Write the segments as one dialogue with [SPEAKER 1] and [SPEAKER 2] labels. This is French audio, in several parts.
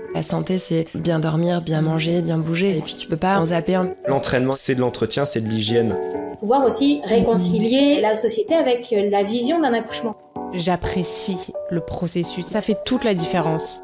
[SPEAKER 1] La santé, c'est bien dormir, bien manger, bien bouger, et puis tu peux pas en zapper.
[SPEAKER 2] L'entraînement, c'est de l'entretien, c'est de l'hygiène.
[SPEAKER 3] Pouvoir aussi réconcilier la société avec la vision d'un accouchement.
[SPEAKER 4] J'apprécie le processus, ça fait toute la différence.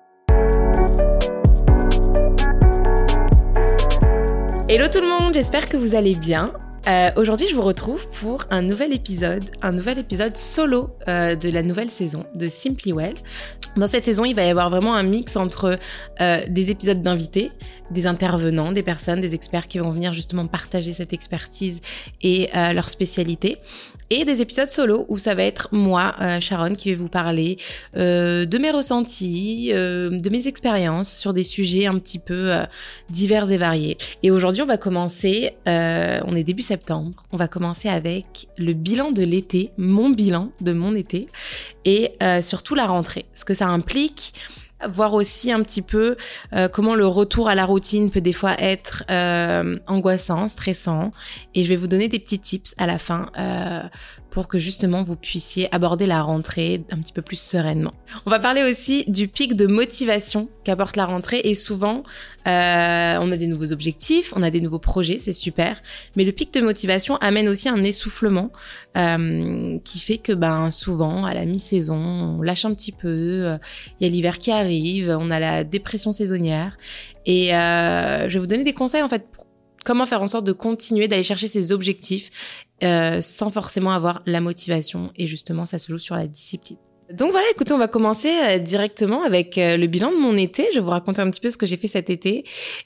[SPEAKER 4] Hello tout le monde, j'espère que vous allez bien. Aujourd'hui, je vous retrouve pour un nouvel épisode solo de la nouvelle saison de Simply Well. Dans cette saison, il va y avoir vraiment un mix entre des épisodes d'invités, des intervenants, des personnes, des experts qui vont venir justement partager cette expertise et leur spécialité, et des épisodes solo où ça va être moi, Sharon, qui vais vous parler de mes ressentis, de mes expériences sur des sujets un petit peu divers et variés. Et aujourd'hui, on va commencer, on est début septembre, on va commencer avec le bilan de l'été, mon bilan de mon été, et surtout la rentrée, ce que ça implique, voir aussi un petit peu comment le retour à la routine peut des fois être angoissant, stressant, et je vais vous donner des petits tips à la fin pour que justement vous puissiez aborder la rentrée un petit peu plus sereinement. On va parler aussi du pic de motivation qu'apporte la rentrée, et souvent on a des nouveaux objectifs, on a des nouveaux projets, c'est super, mais le pic de motivation amène aussi un essoufflement qui fait que souvent à la mi-saison on lâche un petit peu, il y a l'hiver qui arrive, on a la dépression saisonnière, et je vais vous donner des conseils en fait pour comment faire en sorte de continuer d'aller chercher ses objectifs sans forcément avoir la motivation, et justement ça se joue sur la discipline. Donc voilà, écoutez, on va commencer directement avec le bilan de mon été. Je vais vous raconter un petit peu ce que j'ai fait cet été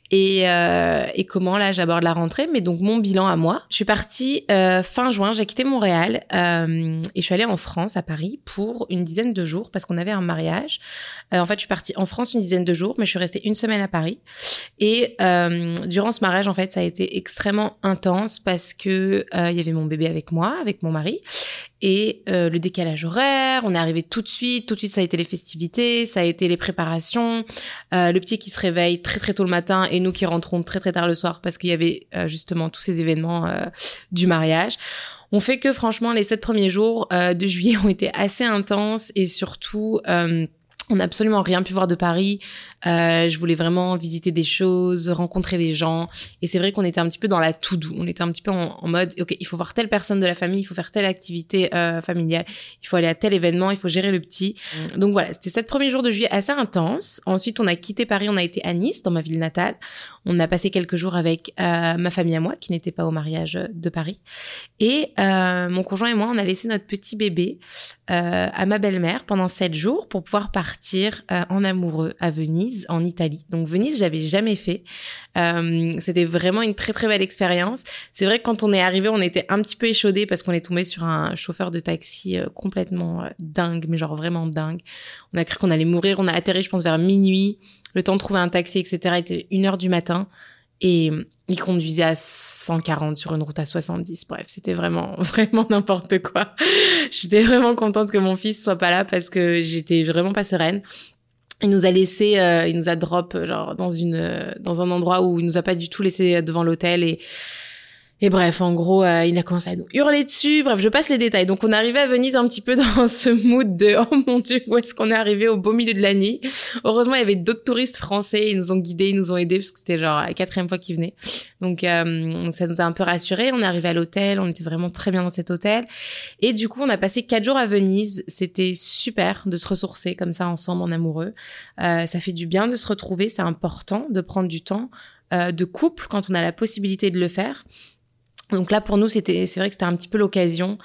[SPEAKER 4] et comment là j'aborde la rentrée. Mais donc mon bilan à moi, je suis partie fin juin, j'ai quitté Montréal et je suis allée en France, à Paris, pour une dizaine de jours parce qu'on avait un mariage. En fait, je suis partie en France une dizaine de jours, mais je suis restée une semaine à Paris. Et durant ce mariage, en fait, ça a été extrêmement intense parce que il y avait mon bébé avec moi, avec mon mari. Et le décalage horaire, on est arrivé tout de suite ça a été les festivités, ça a été les préparations, le petit qui se réveille très très tôt le matin et nous qui rentrons très très tard le soir parce qu'il y avait justement tous ces événements du mariage. On fait que franchement les 7 premiers jours de juillet ont été assez intenses, et surtout on n'a absolument rien pu voir de Paris. Je voulais vraiment visiter des choses, rencontrer des gens. Et c'est vrai qu'on était un petit peu dans la to-do. On était un petit peu en mode, ok, il faut voir telle personne de la famille, il faut faire telle activité familiale, il faut aller à tel événement, il faut gérer le petit. Donc voilà, c'était 7 premiers jours de juillet assez intenses. Ensuite, on a quitté Paris, on a été à Nice, dans ma ville natale. On a passé quelques jours avec ma famille à moi, qui n'était pas au mariage de Paris. Et mon conjoint et moi, on a laissé notre petit bébé à ma belle-mère pendant 7 jours pour pouvoir partir en amoureux à Venise, en Italie. Donc Venise, j'avais jamais fait. C'était vraiment une très très belle expérience. C'est vrai que quand on est arrivé, on était un petit peu échaudés parce qu'on est tombé sur un chauffeur de taxi complètement dingue, mais genre vraiment dingue. On a cru qu'on allait mourir. On a atterri, je pense, vers minuit. Le temps de trouver un taxi, etc. Il était 1h du matin. Et il conduisait à 140 sur une route à 70. Bref, c'était vraiment, vraiment n'importe quoi. J'étais vraiment contente que mon fils soit pas là parce que j'étais vraiment pas sereine. Il nous a laissé, il nous a drop genre dans un endroit où il nous a pas du tout laissé devant l'hôtel, et bref, en gros, il a commencé à nous hurler dessus. Bref, je passe les détails. Donc, on est arrivé à Venise un petit peu dans ce mood de « Oh mon Dieu, où est-ce qu'on est arrivé au beau milieu de la nuit ?» Heureusement, il y avait d'autres touristes français. Ils nous ont guidés, ils nous ont aidés parce que c'était genre la 4e fois qu'ils venaient. Donc, ça nous a un peu rassurés. On est arrivé à l'hôtel. On était vraiment très bien dans cet hôtel. Et du coup, on a passé 4 jours à Venise. C'était super de se ressourcer comme ça ensemble en amoureux. Ça fait du bien de se retrouver. C'est important de prendre du temps de couple quand on a la possibilité de le faire. Donc là, pour nous, c'est vrai que c'était un petit peu l'occasion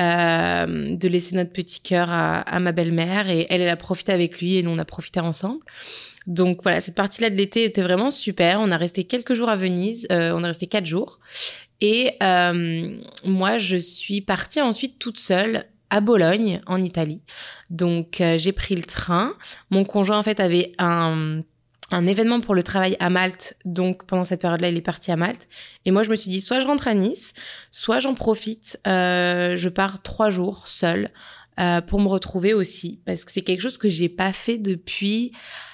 [SPEAKER 4] de laisser notre petit cœur à ma belle-mère, et elle a profité avec lui et nous, on a profité ensemble. Donc voilà, cette partie-là de l'été était vraiment super. On a resté quelques jours à Venise, on est resté 4 jours. Et moi, je suis partie ensuite toute seule à Bologne, en Italie. Donc j'ai pris le train. Mon conjoint, en fait, avait un événement pour le travail à Malte, donc pendant cette période-là, il est parti à Malte. Et moi, je me suis dit, soit je rentre à Nice, soit j'en profite, je pars 3 jours seule pour me retrouver aussi, parce que c'est quelque chose que j'ai pas fait depuis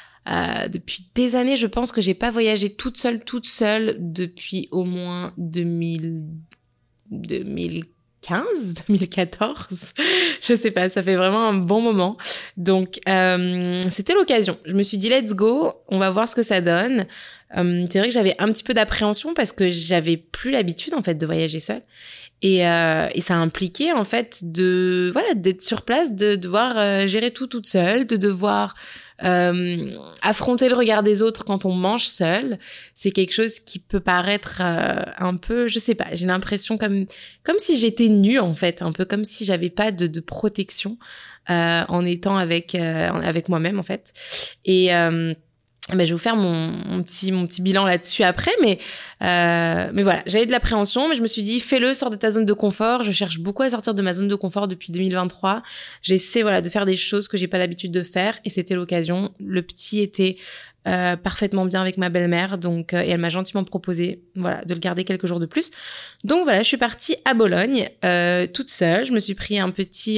[SPEAKER 4] des années. Je pense que j'ai pas voyagé toute seule depuis au moins 2014, 2014. Je sais pas, ça fait vraiment un bon moment. Donc, c'était l'occasion. Je me suis dit, let's go, on va voir ce que ça donne. C'est vrai que j'avais un petit peu d'appréhension parce que j'avais plus l'habitude, en fait, de voyager seule. Et ça impliquait, en fait, d'être sur place, de devoir gérer tout toute seule, de devoir affronter le regard des autres quand on mange seul. C'est quelque chose qui peut paraître un peu, je sais pas, j'ai l'impression comme si j'étais nue, en fait, un peu comme si j'avais pas de protection en étant avec moi-même, en fait. Et je vais vous faire mon petit bilan là-dessus après, mais voilà, j'avais de l'appréhension, mais je me suis dit, fais-le, sors de ta zone de confort. Je cherche beaucoup à sortir de ma zone de confort depuis 2023. J'essaie, de faire des choses que j'ai pas l'habitude de faire, et c'était l'occasion. Le petit était parfaitement bien avec ma belle-mère, donc et elle m'a gentiment proposé, de le garder quelques jours de plus. Donc voilà, je suis partie à Bologne, toute seule. Je me suis pris un petit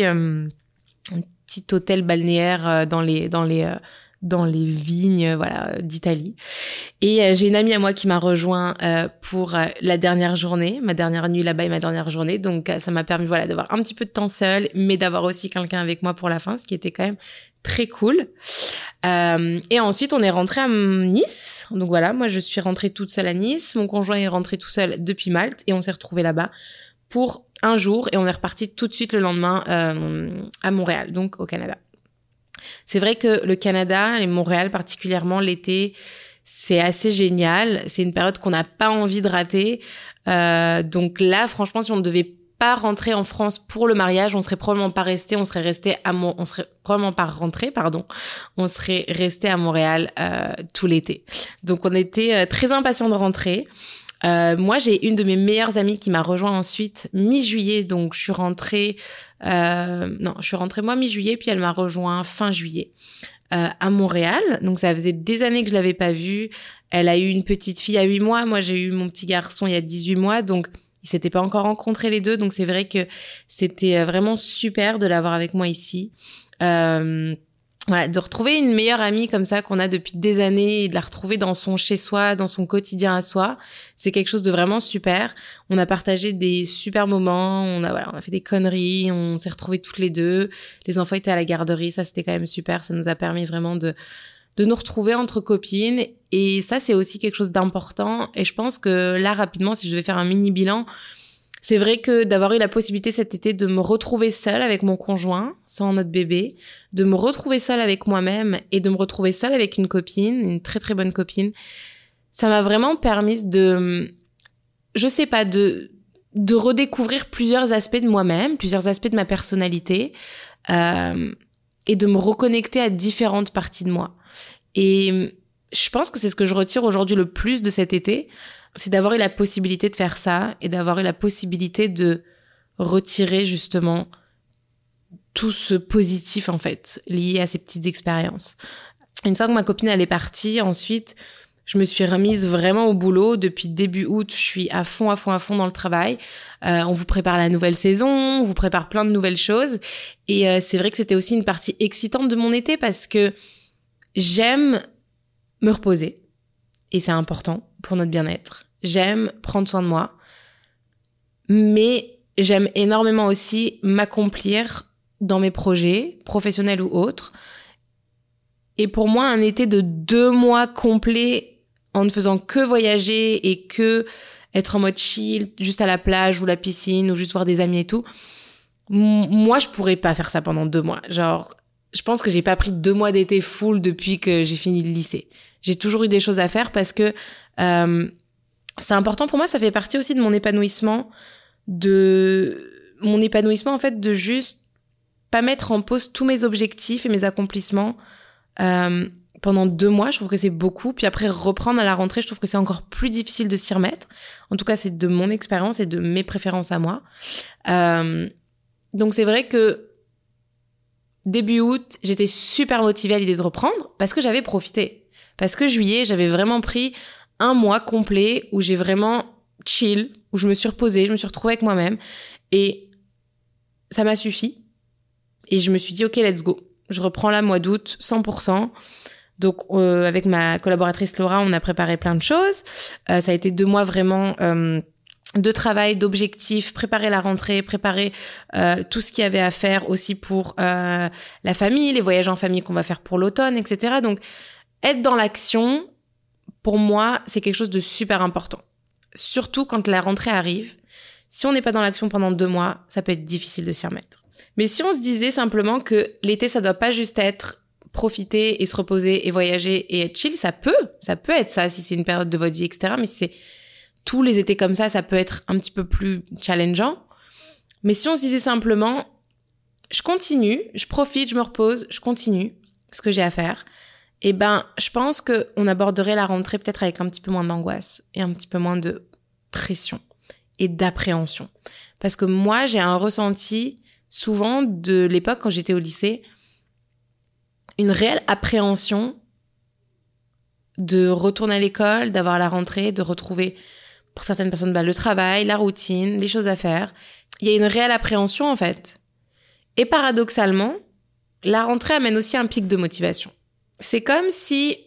[SPEAKER 4] hôtel balnéaire dans les vignes d'Italie, et j'ai une amie à moi qui m'a rejoint pour la dernière journée, ma dernière nuit là-bas et ma dernière journée, donc ça m'a permis d'avoir un petit peu de temps seule, mais d'avoir aussi quelqu'un avec moi pour la fin, ce qui était quand même très cool. Et ensuite on est rentré à Nice, donc moi je suis rentrée toute seule à Nice, mon conjoint est rentré tout seul depuis Malte, et on s'est retrouvés là-bas pour un jour, et on est reparti tout de suite le lendemain à Montréal, donc au Canada. C'est vrai que le Canada et Montréal particulièrement l'été, c'est assez génial. C'est une période qu'on n'a pas envie de rater. Donc là, franchement, si on ne devait pas rentrer en France pour le mariage, on serait probablement pas resté. On serait probablement pas rentré, pardon. On serait resté à Montréal tout l'été. Donc on était très impatients de rentrer. Moi, j'ai une de mes meilleures amies qui m'a rejoint ensuite mi-juillet, donc je suis rentrée moi mi-juillet, puis elle m'a rejoint fin juillet à Montréal. Donc ça faisait des années que je l'avais pas vue. Elle a eu une petite fille à 8 mois, moi j'ai eu mon petit garçon il y a 18 mois, donc ils s'étaient pas encore rencontrés les deux, donc c'est vrai que c'était vraiment super de l'avoir avec moi ici. De retrouver une meilleure amie comme ça qu'on a depuis des années, et de la retrouver dans son chez-soi, dans son quotidien à soi, c'est quelque chose de vraiment super. On a partagé des super moments, on a fait des conneries, on s'est retrouvés toutes les deux. Les enfants étaient à la garderie, ça c'était quand même super, ça nous a permis vraiment de nous retrouver entre copines, et ça c'est aussi quelque chose d'important. Et je pense que là rapidement, si je devais faire un mini bilan, c'est vrai que d'avoir eu la possibilité cet été de me retrouver seule avec mon conjoint, sans notre bébé, de me retrouver seule avec moi-même et de me retrouver seule avec une copine, une très très bonne copine, ça m'a vraiment permis de redécouvrir plusieurs aspects de moi-même, plusieurs aspects de ma personnalité, et de me reconnecter à différentes parties de moi. Et je pense que c'est ce que je retire aujourd'hui le plus de cet été, c'est d'avoir eu la possibilité de faire ça, et d'avoir eu la possibilité de retirer justement tout ce positif en fait lié à ces petites expériences. Une fois que ma copine elle est partie, ensuite je me suis remise vraiment au boulot. Depuis début août, je suis à fond dans le travail. On vous prépare la nouvelle saison, on vous prépare plein de nouvelles choses, et c'est vrai que c'était aussi une partie excitante de mon été, parce que j'aime me reposer, et c'est important pour notre bien-être. J'aime prendre soin de moi, mais j'aime énormément aussi m'accomplir dans mes projets, professionnels ou autres. Et pour moi, un été de 2 mois complets en ne faisant que voyager et que être en mode chill, juste à la plage ou la piscine, ou juste voir des amis et tout, moi, je pourrais pas faire ça pendant 2 mois. Je pense que j'ai pas pris 2 mois d'été full depuis que j'ai fini le lycée. J'ai toujours eu des choses à faire parce que c'est important pour moi, ça fait partie aussi de mon épanouissement, en fait, de juste pas mettre en pause tous mes objectifs et mes accomplissements pendant 2 mois. Je trouve que c'est beaucoup, puis après reprendre à la rentrée, je trouve que c'est encore plus difficile de s'y remettre. En tout cas, c'est de mon expérience et de mes préférences à moi. Donc c'est vrai que début août, j'étais super motivée à l'idée de reprendre parce que j'avais profité. Parce que juillet, j'avais vraiment pris 1 mois complet où j'ai vraiment chill, où je me suis reposée, je me suis retrouvée avec moi-même, et ça m'a suffi. Et je me suis dit, ok, let's go. Je reprends là, mois d'août, 100%. Donc, avec ma collaboratrice Laura, on a préparé plein de choses. Ça a été 2 mois vraiment de travail, d'objectifs, préparer la rentrée, préparer tout ce qu'il y avait à faire aussi pour la famille, les voyages en famille qu'on va faire pour l'automne, etc. Donc, être dans l'action, pour moi, c'est quelque chose de super important. Surtout quand la rentrée arrive. Si on n'est pas dans l'action pendant 2 mois, ça peut être difficile de s'y remettre. Mais si on se disait simplement que l'été, ça doit pas juste être profiter et se reposer et voyager et être chill, ça peut être ça si c'est une période de votre vie, etc. Mais si c'est tous les étés comme ça peut être un petit peu plus challengeant. Mais si on se disait simplement, je continue, je profite, je me repose, je continue ce que j'ai à faire, eh ben, je pense qu'on aborderait la rentrée peut-être avec un petit peu moins d'angoisse et un petit peu moins de pression et d'appréhension. Parce que moi, j'ai un ressenti souvent de l'époque quand j'étais au lycée, une réelle appréhension de retourner à l'école, d'avoir la rentrée, de retrouver pour certaines personnes le travail, la routine, les choses à faire. Il y a une réelle appréhension en fait. Et paradoxalement, la rentrée amène aussi un pic de motivation. C'est comme si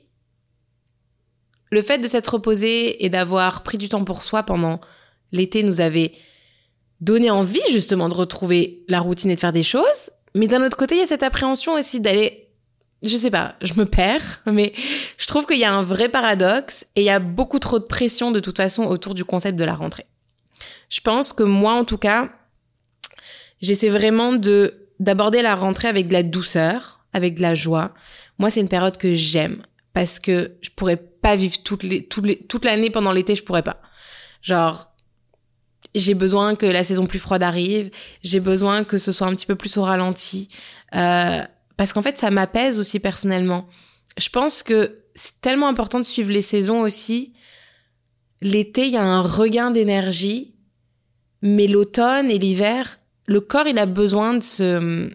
[SPEAKER 4] le fait de s'être reposé et d'avoir pris du temps pour soi pendant l'été nous avait donné envie justement de retrouver la routine et de faire des choses. Mais d'un autre côté, il y a cette appréhension aussi d'aller... Je sais pas, je me perds, mais je trouve qu'il y a un vrai paradoxe et il y a beaucoup trop de pression de toute façon autour du concept de la rentrée. Je pense que moi, en tout cas, j'essaie vraiment d'aborder la rentrée avec de la douceur, avec de la joie. Moi, c'est une période que j'aime parce que je pourrais pas vivre toute l'année pendant l'été, je pourrais pas. Genre, j'ai besoin que la saison plus froide arrive, j'ai besoin que ce soit un petit peu plus au ralenti, parce qu'en fait, ça m'apaise aussi personnellement. Je pense que c'est tellement important de suivre les saisons aussi. L'été, il y a un regain d'énergie, mais l'automne et l'hiver, le corps, il a besoin de ce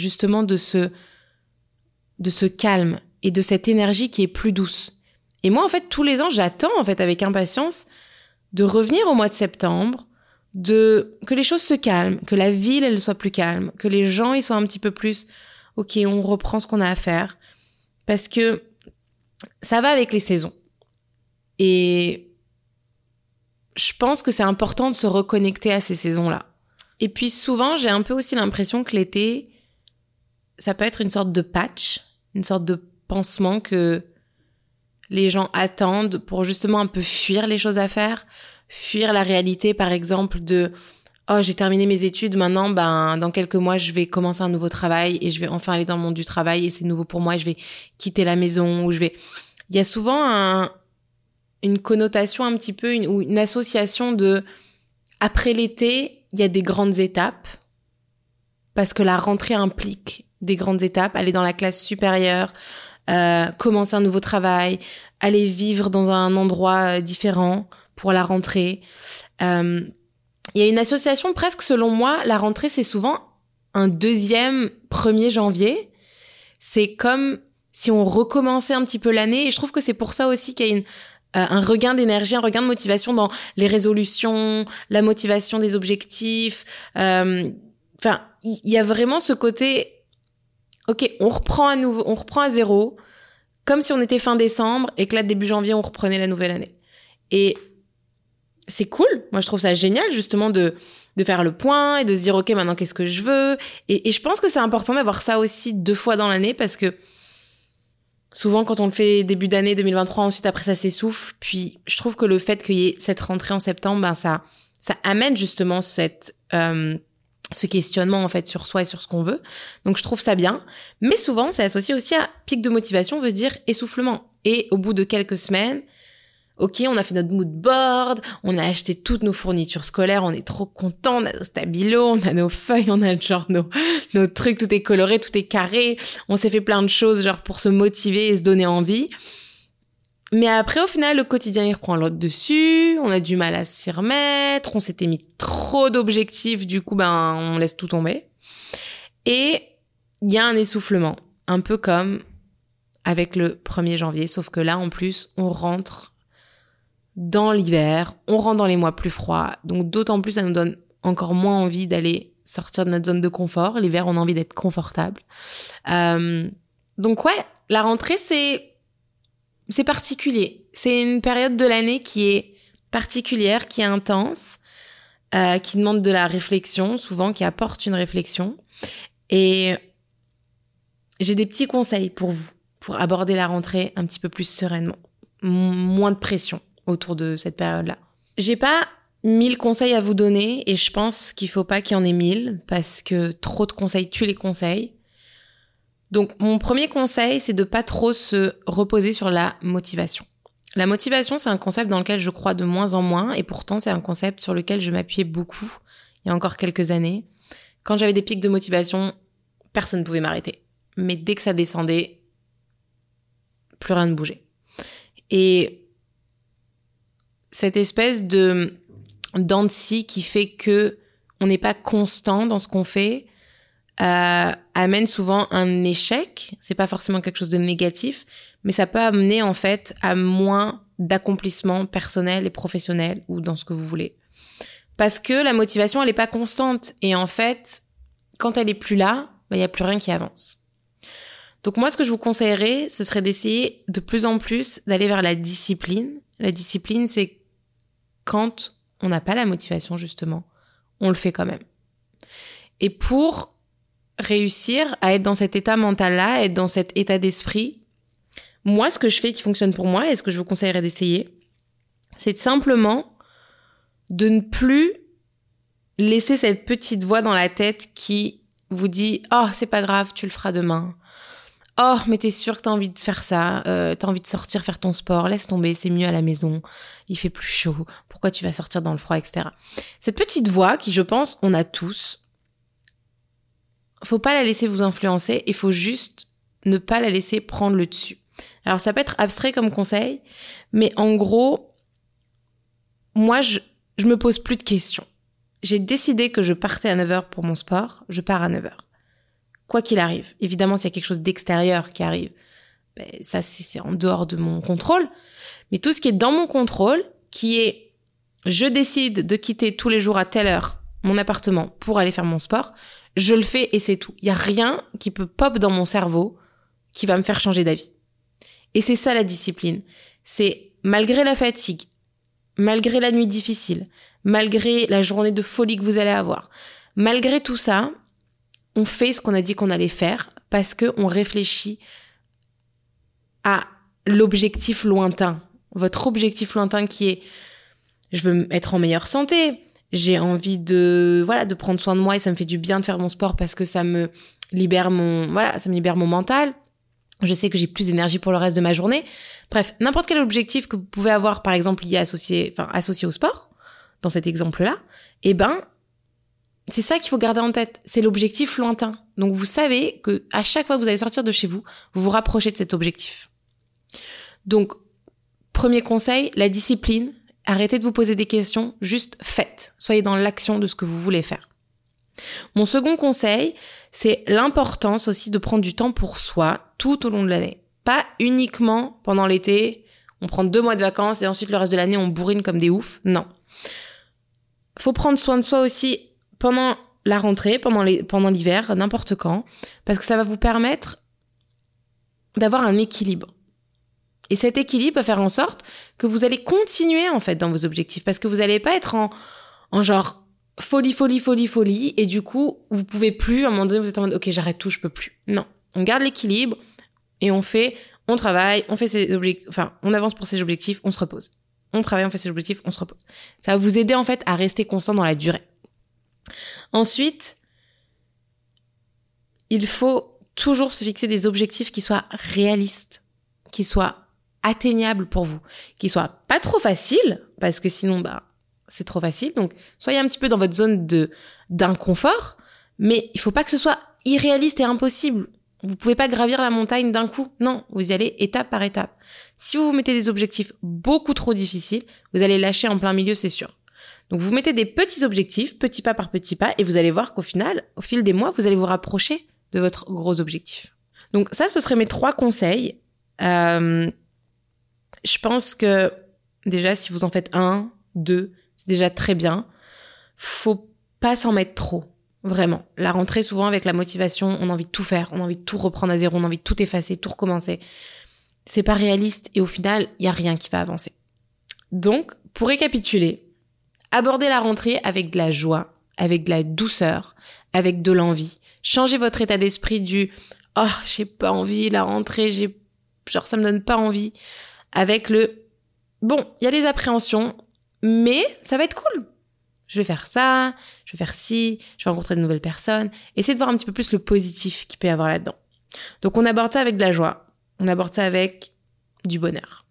[SPEAKER 4] calme et de cette énergie qui est plus douce. Et moi, en fait, tous les ans, j'attends, en fait, avec impatience, de revenir au mois de septembre, que les choses se calment, que la ville, elle soit plus calme, que les gens, ils soient un petit peu plus... Ok, on reprend ce qu'on a à faire. Parce que ça va avec les saisons. Et je pense que c'est important de se reconnecter à ces saisons-là. Et puis souvent, j'ai un peu aussi l'impression que l'été, ça peut être une sorte de patch, une sorte de pansement que les gens attendent pour justement un peu fuir les choses à faire, fuir la réalité, par exemple, de... Oh, j'ai terminé mes études, maintenant, dans quelques mois, je vais commencer un nouveau travail et je vais enfin aller dans le monde du travail et c'est nouveau pour moi et je vais quitter la maison Il y a souvent une connotation un petit peu, ou une association de... Après l'été, il y a des grandes étapes parce que la rentrée implique des grandes étapes, aller dans la classe supérieure, commencer un nouveau travail, aller vivre dans un endroit différent pour la rentrée. Il y a une association presque, selon moi, la rentrée, c'est souvent un 1er janvier. C'est comme si on recommençait un petit peu l'année. Et je trouve que c'est pour ça aussi qu'il y a un regain d'énergie, un regain de motivation dans les résolutions, la motivation des objectifs. Il y a vraiment ce côté, ok, on reprend à zéro, comme si on était fin décembre et que là, début janvier, on reprenait la nouvelle année. Et c'est cool. Moi, je trouve ça génial, justement, de faire le point et de se dire, OK, maintenant, qu'est-ce que je veux? Et je pense que c'est important d'avoir ça aussi 2 fois dans l'année parce que souvent, quand on le fait début d'année 2023, ensuite, après, ça s'essouffle. Puis, je trouve que le fait qu'il y ait cette rentrée en septembre, ça amène justement ce questionnement, en fait, sur soi et sur ce qu'on veut. Donc, je trouve ça bien. Mais souvent, c'est associé aussi à pic de motivation, veut dire essoufflement. Et au bout de quelques semaines, ok, on a fait notre mood board, on a acheté toutes nos fournitures scolaires, on est trop contents, on a nos stabilos, on a nos feuilles, on a genre nos trucs, tout est coloré, tout est carré, on s'est fait plein de choses genre pour se motiver et se donner envie. Mais après, au final, le quotidien, il reprend l'autre dessus, on a du mal à s'y remettre, on s'était mis trop d'objectifs, du coup, on laisse tout tomber. Et il y a un essoufflement, un peu comme avec le 1er janvier, sauf que là, en plus, on rentre dans l'hiver, on rentre dans les mois plus froids, donc d'autant plus ça nous donne encore moins envie d'aller sortir de notre zone de confort. L'hiver, on a envie d'être confortable. Donc ouais, la rentrée, c'est particulier. C'est une période de l'année qui est particulière, qui est intense. qui demandent de la réflexion, souvent, qui apportent une réflexion. Et j'ai des petits conseils pour vous, pour aborder la rentrée un petit peu plus sereinement. Moins de pression autour de cette période-là. J'ai pas 1000 conseils à vous donner et je pense qu'il faut pas qu'il y en ait 1000 parce que trop de conseils tuent les conseils. Donc, mon premier conseil, c'est de pas trop se reposer sur la motivation. La motivation, c'est un concept dans lequel je crois de moins en moins et pourtant, c'est un concept sur lequel je m'appuyais beaucoup il y a encore quelques années. Quand j'avais des pics de motivation, personne ne pouvait m'arrêter. Mais dès que ça descendait, plus rien ne bougeait. Et cette espèce de dent de scie qui fait que on n'est pas constant dans ce qu'on fait amène souvent un échec. C'est pas forcément quelque chose de négatif, mais ça peut amener en fait à moins d'accomplissement personnel et professionnel ou dans ce que vous voulez. Parce que la motivation, elle est pas constante et en fait, quand elle est plus là, il y a plus rien qui avance. Donc moi, ce que je vous conseillerais, ce serait d'essayer de plus en plus d'aller vers la discipline. La discipline, c'est quand on n'a pas la motivation, justement, on le fait quand même. Et pour réussir à être dans cet état mental-là, être dans cet état d'esprit, moi, ce que je fais qui fonctionne pour moi et ce que je vous conseillerais d'essayer, c'est simplement de ne plus laisser cette petite voix dans la tête qui vous dit « Oh, c'est pas grave, tu le feras demain. Oh, mais t'es sûr que t'as envie de faire ça, t'as envie de sortir faire ton sport, laisse tomber, c'est mieux à la maison, il fait plus chaud, pourquoi tu vas sortir dans le froid, etc. » Cette petite voix qui, je pense, on a tous, faut pas la laisser vous influencer, il faut juste ne pas la laisser prendre le dessus. Alors, ça peut être abstrait comme conseil, mais en gros, moi, je me pose plus de questions. J'ai décidé que je partais à 9h pour mon sport, je pars à 9h. Quoi qu'il arrive. Évidemment, s'il y a quelque chose d'extérieur qui arrive, ça, c'est en dehors de mon contrôle. Mais tout ce qui est dans mon contrôle, qui est, je décide de quitter tous les jours à telle heure mon appartement pour aller faire mon sport, je le fais et c'est tout. Il y a rien qui peut pop dans mon cerveau qui va me faire changer d'avis. Et c'est ça la discipline. C'est malgré la fatigue, malgré la nuit difficile, malgré la journée de folie que vous allez avoir, malgré tout ça, on fait ce qu'on a dit qu'on allait faire parce que on réfléchit à l'objectif lointain. Votre objectif lointain qui est je veux être en meilleure santé, j'ai envie de prendre soin de moi et ça me fait du bien de faire mon sport parce que ça me libère mon mental. Je sais que j'ai plus d'énergie pour le reste de ma journée. Bref, n'importe quel objectif que vous pouvez avoir par exemple associé au sport dans cet exemple-là, c'est ça qu'il faut garder en tête, c'est l'objectif lointain. Donc vous savez que à chaque fois que vous allez sortir de chez vous, vous vous rapprochez de cet objectif. Donc premier conseil, la discipline, arrêtez de vous poser des questions, juste faites. Soyez dans l'action de ce que vous voulez faire. Mon second conseil, c'est l'importance aussi de prendre du temps pour soi tout au long de l'année. Pas uniquement pendant l'été, on prend 2 mois de vacances et ensuite le reste de l'année on bourrine comme des oufs. Non. Faut prendre soin de soi aussi pendant la rentrée, pendant l'hiver, n'importe quand, parce que ça va vous permettre d'avoir un équilibre. Et cet équilibre va faire en sorte que vous allez continuer en fait dans vos objectifs, parce que vous n'allez pas être en genre folie, et du coup, vous pouvez plus, à un moment donné, vous êtes en mode, ok, j'arrête tout, je peux plus. Non. On garde l'équilibre et on travaille, on fait ses objectifs, on avance pour ses objectifs, on se repose. On travaille, on fait ses objectifs, on se repose. Ça va vous aider en fait à rester constant dans la durée. Ensuite, il faut toujours se fixer des objectifs qui soient réalistes, qui soient atteignables pour vous, qui soient pas trop faciles, parce que sinon, c'est trop facile. Donc, soyez un petit peu dans votre zone d'inconfort, mais il faut pas que ce soit irréaliste et impossible. Vous pouvez pas gravir la montagne d'un coup. Non, vous y allez étape par étape. Si vous vous mettez des objectifs beaucoup trop difficiles, vous allez lâcher en plein milieu, c'est sûr. Donc, vous mettez des petits objectifs, petit pas par petit pas, et vous allez voir qu'au final, au fil des mois, vous allez vous rapprocher de votre gros objectif. Donc, ça, ce seraient mes 3 conseils. Je pense que, déjà, si vous en faites 1, 2, c'est déjà très bien. Faut pas s'en mettre trop. Vraiment. La rentrée, souvent, avec la motivation, on a envie de tout faire, on a envie de tout reprendre à zéro, on a envie de tout effacer, tout recommencer. C'est pas réaliste et au final, il y a rien qui va avancer. Donc, pour récapituler, Abordez la rentrée avec de la joie, avec de la douceur, avec de l'envie. Changez votre état d'esprit du « Oh, j'ai pas envie, la rentrée, ça me donne pas envie » avec le « Bon, il y a des appréhensions, mais ça va être cool. Je vais faire ça, je vais faire ci, je vais rencontrer de nouvelles personnes. » Essayez de voir un petit peu plus le positif qu'il peut y avoir là-dedans. Donc, on aborde ça avec de la joie. On aborde ça avec du bonheur.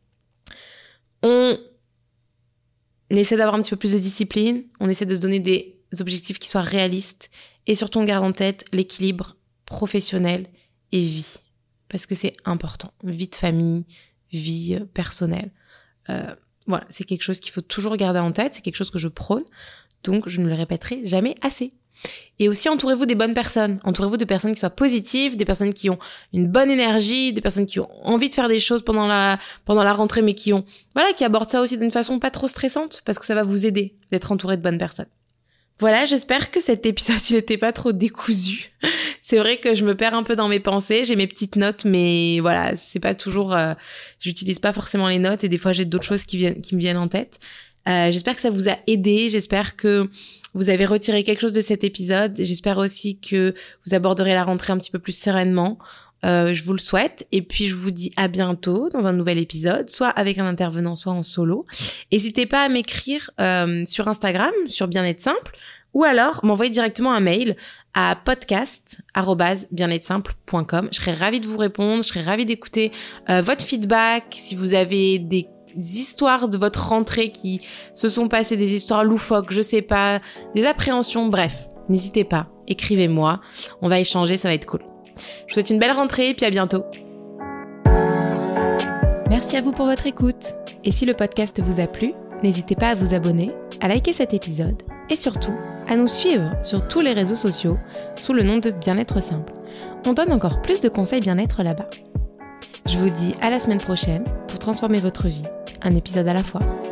[SPEAKER 4] On essaie d'avoir un petit peu plus de discipline. On essaie de se donner des objectifs qui soient réalistes. Et surtout, on garde en tête l'équilibre professionnel et vie. Parce que c'est important. Vie de famille, vie personnelle. Voilà, c'est quelque chose qu'il faut toujours garder en tête. C'est quelque chose que je prône. Donc, je ne le répéterai jamais assez. Et aussi, entourez-vous des bonnes personnes. Entourez-vous de personnes qui soient positives, des personnes qui ont une bonne énergie, des personnes qui ont envie de faire des choses pendant la rentrée, mais qui abordent ça aussi d'une façon pas trop stressante, parce que ça va vous aider d'être entouré de bonnes personnes. Voilà, j'espère que cet épisode, il était pas trop décousu. C'est vrai que je me perds un peu dans mes pensées, j'ai mes petites notes, mais voilà, c'est pas toujours, j'utilise pas forcément les notes et des fois j'ai d'autres choses qui me viennent en tête. J'espère que ça vous a aidé, j'espère que vous avez retiré quelque chose de cet épisode. J'espère aussi que vous aborderez la rentrée un petit peu plus sereinement. Je vous le souhaite. Et puis, je vous dis à bientôt dans un nouvel épisode, soit avec un intervenant, soit en solo. N'hésitez pas à m'écrire sur Instagram, sur Bien-être Simple, ou alors m'envoyer directement un mail à podcast@bien-être-simple.com. Je serais ravie de vous répondre, je serais ravie d'écouter votre feedback. Si vous avez des histoires de votre rentrée qui se sont passées, des histoires loufoques, je sais pas, des appréhensions, bref, n'hésitez pas, écrivez-moi, on va échanger, ça va être cool. Je vous souhaite une belle rentrée et puis à bientôt. Merci à vous pour votre écoute. Et si le podcast vous a plu, n'hésitez pas à vous abonner, à liker cet épisode et surtout à nous suivre sur tous les réseaux sociaux sous le nom de Bien-être Simple. On donne encore plus de conseils bien-être là-bas. Je vous dis à la semaine prochaine pour transformer votre vie, un épisode à la fois.